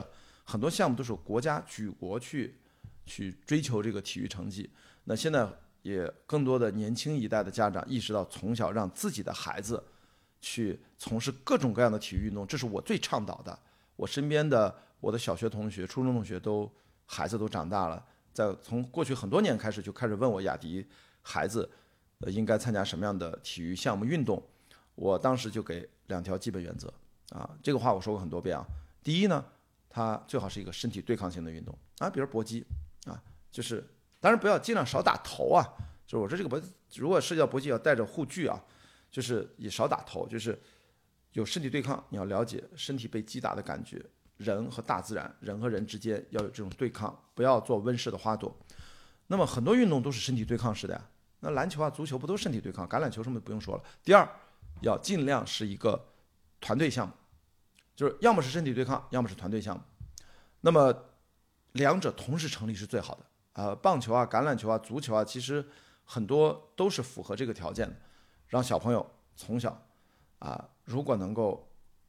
很多项目都是国家举国去追求这个体育成绩。那现在也更多的年轻一代的家长意识到，从小让自己的孩子去从事各种各样的体育运动，这是我最倡导的。我身边的我的小学同学、初中同学孩子都长大了，从过去很多年开始就开始问我，雅迪孩子应该参加什么样的体育项目运动。我当时就给2条基本原则啊，这个话我说过很多遍啊。第一呢，它最好是一个身体对抗性的运动啊，比如搏击啊，就是当然不要尽量少打头啊，就是我说这个如果涉及到搏击要带着护具啊，就是也少打头，就是有身体对抗，你要了解身体被击打的感觉，人和大自然，人和人之间要有这种对抗，不要做温室的花朵。那么很多运动都是身体对抗式的呀，那篮球啊、足球不都身体对抗？橄榄球什么不用说了。第二，要尽量是一个团队项目，就是要么是身体对抗，要么是团队项目。那么两者同时成立是最好的。棒球啊、橄榄球啊、足球啊，其实很多都是符合这个条件的。让小朋友从小如果能够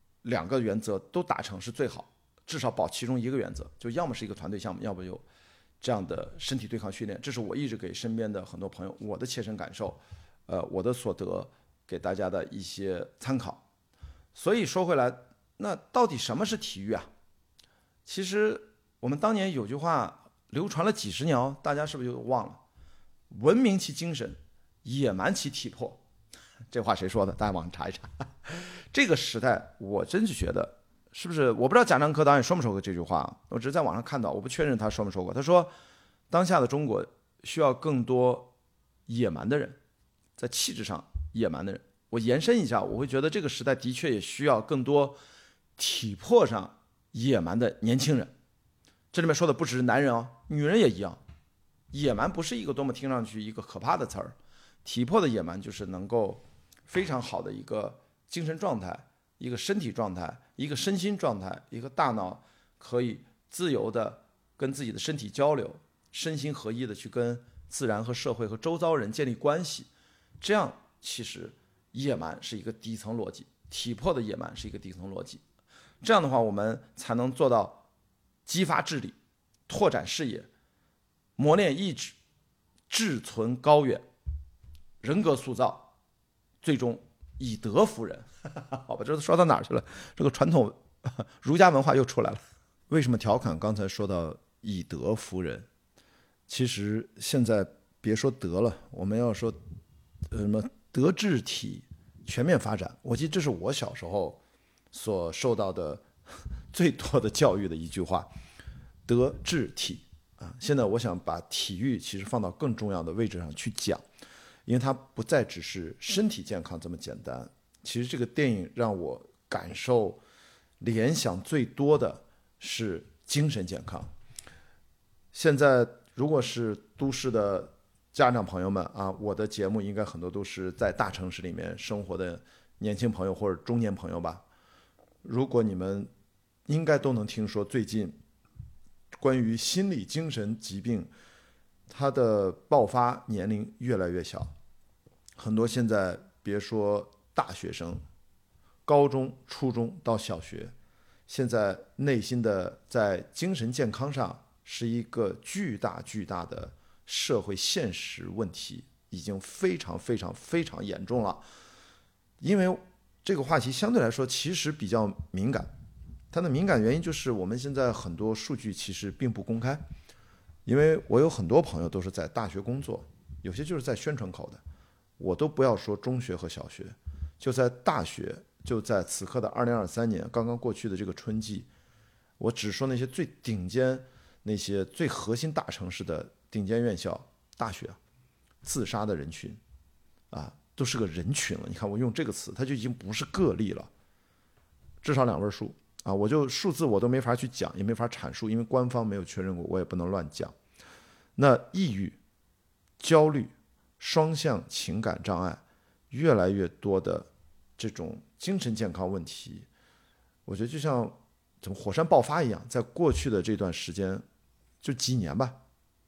2个原则都达成是最好，至少保其中一个原则，就要么是一个团队项目，要不有这样的身体对抗训练。这是我一直给身边的很多朋友我的切身感受，我的所得给大家的一些参考。所以说回来，那到底什么是体育啊？其实我们当年有句话流传了几十年，大家是不是就忘了？文明其精神，野蛮其体魄。这话谁说的？大家网上查一查。这个时代，我真是觉得，是不是？我不知道贾樟柯导演说没说过这句话，我只是在网上看到，我不确认他说没说过。他说，当下的中国需要更多野蛮的人，在气质上野蛮的人。我延伸一下，我会觉得这个时代的确也需要更多体魄上野蛮的年轻人。这里面说的不只是男人哦，女人也一样。野蛮不是一个多么听上去一个可怕的词儿，体魄的野蛮就是能够非常好的一个精神状态，一个身体状态，一个身心状态，一个大脑可以自由的跟自己的身体交流，身心合一的去跟自然和社会和周遭人建立关系。这样其实野蛮是一个底层逻辑，体魄的野蛮是一个底层逻辑。这样的话，我们才能做到激发智力，拓展视野，磨练意志，志存高远，人格塑造，最终以德服人。好吧，这都说到哪儿去了？这个传统儒家文化又出来了。为什么调侃刚才说到以德服人？其实现在别说德了，我们要说什么德智体全面发展。我记得这是我小时候所受到的最多的教育的一句话，德智体啊。现在我想把体育其实放到更重要的位置上去讲，因为它不再只是身体健康这么简单。其实这个电影让我感受联想最多的是精神健康。现在如果是都市的家长朋友们啊，我的节目应该很多都是在大城市里面生活的年轻朋友或者中年朋友吧。如果你们应该都能听说，最近关于心理精神疾病，它的爆发年龄越来越小。很多现在别说大学生，高中、初中到小学，现在内心的在精神健康上是一个巨大的社会现实问题，已经非常严重了。因为这个话题相对来说其实比较敏感，它的敏感原因就是我们现在很多数据其实并不公开。因为我有很多朋友都是在大学工作，有些就是在宣传口的，我都不要说中学和小学，就在大学，就在此刻的2023年刚刚过去的这个春季，我只说那些最顶尖、那些最核心大城市的顶尖院校、大学，自杀的人群都是个人群了。你看我用这个词，它就已经不是个例了，至少2位数我就数字我都没法去讲，也没法阐述，因为官方没有确认过，我也不能乱讲。那抑郁、焦虑、双向情感障碍，越来越多的这种精神健康问题，我觉得就像怎么火山爆发一样，在过去的这段时间，就几年吧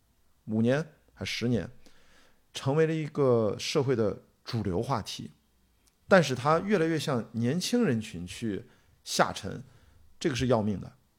，5年还10年，成为了一个社会的主流话题。但是它越来越向年轻人群去下沉，这个是要命的。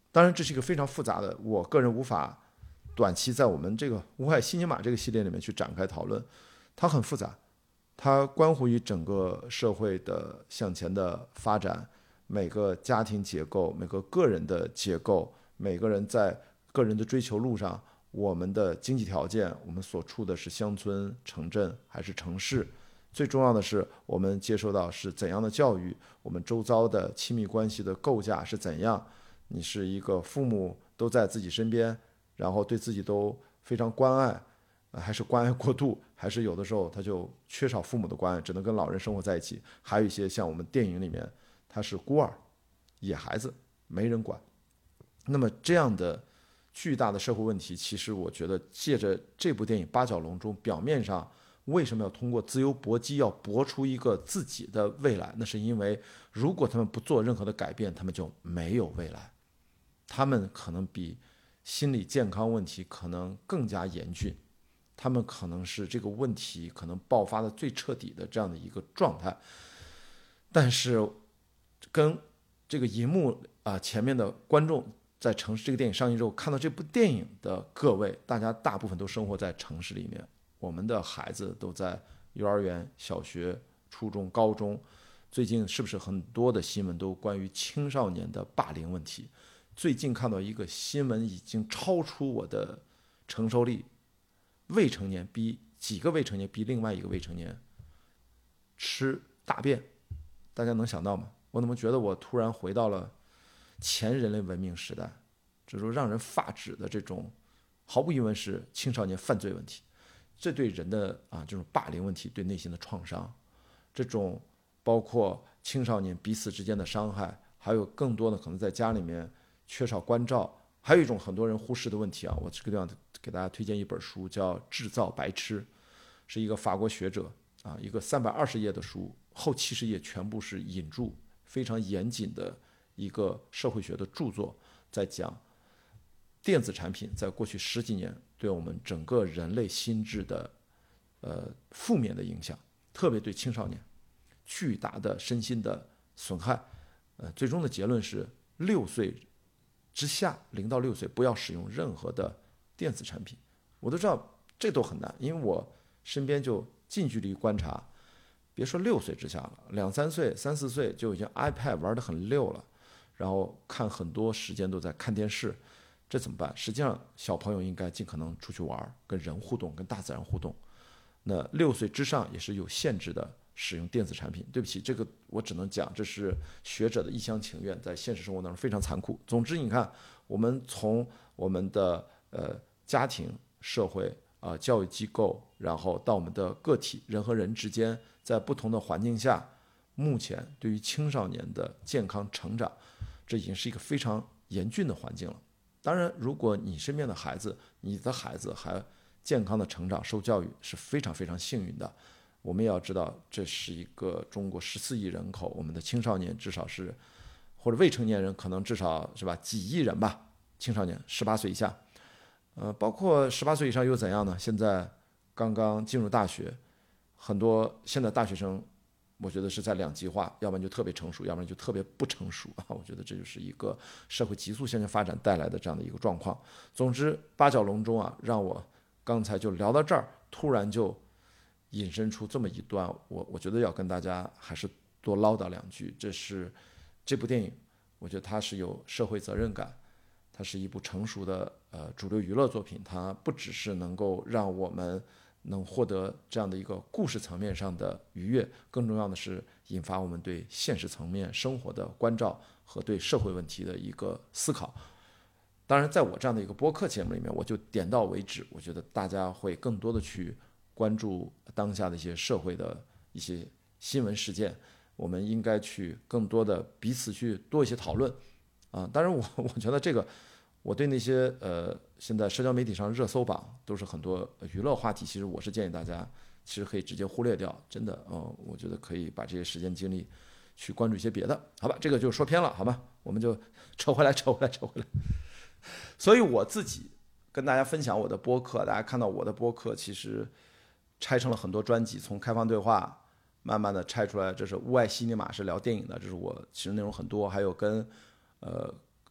当然这是一个非常复杂的，我个人无法短期在我们这个乌海西尼玛这个系列里面去展开讨论，它很复杂，它关乎于整个社会的向前的发展，每个家庭结构，每个个人的结构，每个人在个人的追求路上，我们的经济条件，我们所处的是乡村、城镇还是城市，最重要的是我们接受到是怎样的教育，我们周遭的亲密关系的构架是怎样，你是一个父母都在自己身边，然后对自己都非常关爱，还是关爱过度，还是有的时候他就缺少父母的关爱，只能跟老人生活在一起。还有一些像我们电影里面，他是孤儿、野孩子，没人管。那么这样的巨大的社会问题，其实我觉得借着这部电影《八角笼中》，表面上为什么要通过自由搏击要搏出一个自己的未来？那是因为如果他们不做任何的改变，他们就没有未来。他们可能比心理健康问题可能更加严峻，他们可能是这个问题可能爆发的最彻底的这样的一个状态。但是跟这个荧幕前面的观众，在城市这个电影上映之后看到这部电影的各位，大家大部分都生活在城市里面，我们的孩子都在幼儿园、小学、初中、高中。最近是不是很多的新闻都关于青少年的霸凌问题？最近看到一个新闻已经超出我的承受力，未成年逼几个未成年逼另外一个未成年吃大便，大家能想到吗？我怎么觉得我突然回到了前人类文明时代？这种让人发指的这种，毫无疑问是青少年犯罪问题。这对人的这种霸凌问题，对内心的创伤，这种包括青少年彼此之间的伤害，还有更多的可能在家里面缺少关照，还有一种很多人忽视的问题我这个地方给大家推荐一本书，叫《制造白痴》，是一个法国学者一个320页的书，后70页全部是引注，非常严谨的一个社会学的著作，在讲电子产品在过去10几年对我们整个人类心智的负面的影响，特别对青少年巨大的身心的损害。最终的结论是6岁之下，0到6岁不要使用任何的电子产品。我都知道这都很难，因为我身边就近距离观察，别说6岁之下了，2、3岁、3、4岁就已经 iPad 玩得很溜了，然后看很多时间都在看电视，这怎么办？实际上小朋友应该尽可能出去玩，跟人互动，跟大自然互动。那6岁之上也是有限制的使用电子产品。对不起，这个我只能讲这是学者的一厢情愿，在现实生活当中非常残酷。总之你看，我们从我们的家庭、社会教育机构，然后到我们的个体人和人之间，在不同的环境下，目前对于青少年的健康成长，这已经是一个非常严峻的环境了。当然如果你身边的孩子，你的孩子还健康的成长受教育，是非常非常幸运的。我们也要知道，这是一个中国14亿人口，我们的青少年至少是，或者未成年人可能至少是吧几亿人吧，青少年18岁以下，包括18岁以上又怎样呢？现在刚刚进入大学，很多现在大学生，我觉得是在两极化，要不然就特别成熟，要不然就特别不成熟我觉得这就是一个社会急速向前发展带来的这样的一个状况。总之，八角笼中让我刚才就聊到这儿，突然就引申出这么一段，我觉得要跟大家还是多唠叨两句。这是这部电影，我觉得它是有社会责任感，它是一部成熟的主流娱乐作品，它不只是能够让我们能获得这样的一个故事层面上的愉悦，更重要的是引发我们对现实层面生活的关照和对社会问题的一个思考。当然在我这样的一个播客节目里面，我就点到为止，我觉得大家会更多的去关注当下的一些社会的一些新闻事件，我们应该去更多的彼此去多一些讨论当然我觉得这个我对那些现在社交媒体上热搜榜都是很多娱乐话题，其实我是建议大家其实可以直接忽略掉，真的我觉得可以把这些时间精力去关注一些别的，好吧？这个就说偏了，好吗？我们就扯回来。所以我自己跟大家分享我的播客，大家看到我的播客其实拆成了很多专辑，从开放对话慢慢的拆出来，这是屋外西尼玛是聊电影的，这是我其实内容很多，还有跟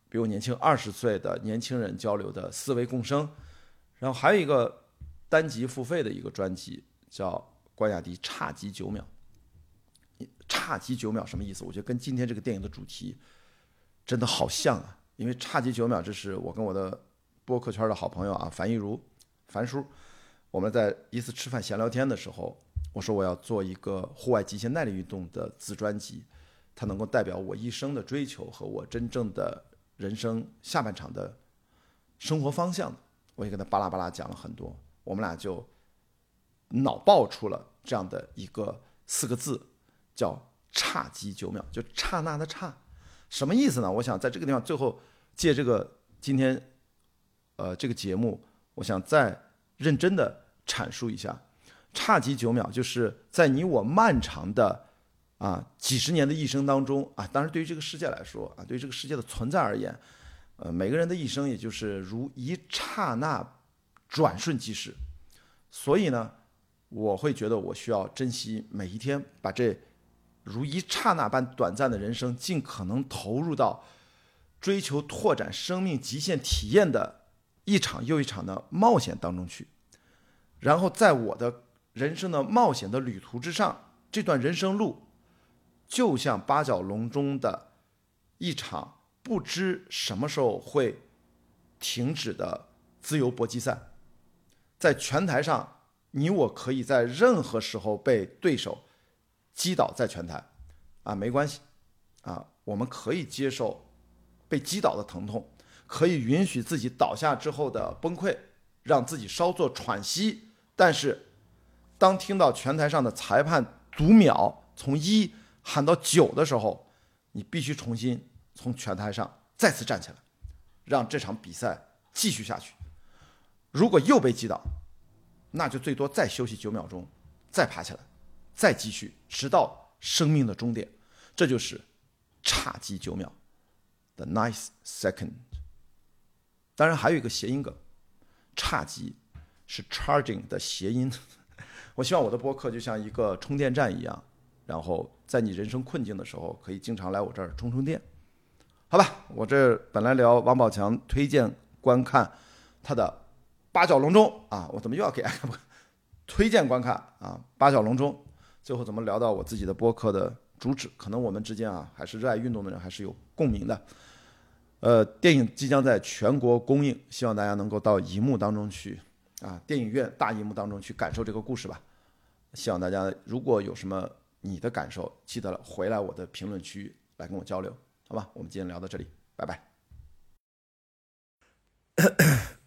比我年轻20岁的年轻人交流的思维共生。然后还有一个单集付费的一个专辑叫关雅迪差击9秒。差击9秒什么意思？我觉得跟今天这个电影的主题真的好像啊，因为差击9秒，这是我跟我的播客圈的好朋友啊，樊一茹，樊叔，我们在一次吃饭闲聊天的时候，我说我要做一个户外极限耐力运动的子专辑，它能够代表我一生的追求和我真正的人生下半场的生活方向。我也跟他巴拉巴拉讲了很多，我们俩就脑爆出了这样的一个4个字，叫差击9秒，就刹那的刹。什么意思呢？我想在这个地方最后借这个今天这个节目，我想再认真的阐述一下，差击9秒就是在你我漫长的几十年的一生当中啊，当然对于这个世界来说啊，对于这个世界的存在而言，每个人的一生也就是如一刹那转瞬即逝。所以呢，我会觉得我需要珍惜每一天，把这如一刹那般短暂的人生尽可能投入到追求拓展生命极限体验的一场又一场的冒险当中去。然后在我的人生的冒险的旅途之上，这段人生路就像八角笼中的一场不知什么时候会停止的自由搏击赛。在拳台上，你我可以在任何时候被对手击倒在拳台没关系我们可以接受被击倒的疼痛，可以允许自己倒下之后的崩溃，让自己稍作喘息。但是当听到拳台上的裁判读秒从1喊到9的时候，你必须重新从拳台上再次站起来，让这场比赛继续下去。如果又被击倒，那就最多再休息9秒钟，再爬起来，再继续，直到生命的终点。这就是差击9秒 The ninth second。 当然还有一个谐音梗，差击是 charging 的谐音。我希望我的播客就像一个充电站一样，然后在你人生困境的时候可以经常来我这儿充充电。好吧，我这本来聊王宝强推荐观看他的八角笼中我怎么又要给推荐观看八角笼中，最后怎么聊到我自己的播客的主旨？可能我们之间还是热爱运动的人还是有共鸣的。电影即将在全国公映，希望大家能够到荧幕当中去电影院大荧幕当中去感受这个故事吧。希望大家如果有什么你的感受，记得回来我的评论区来跟我交流，好吧？我们今天聊到这里，拜拜。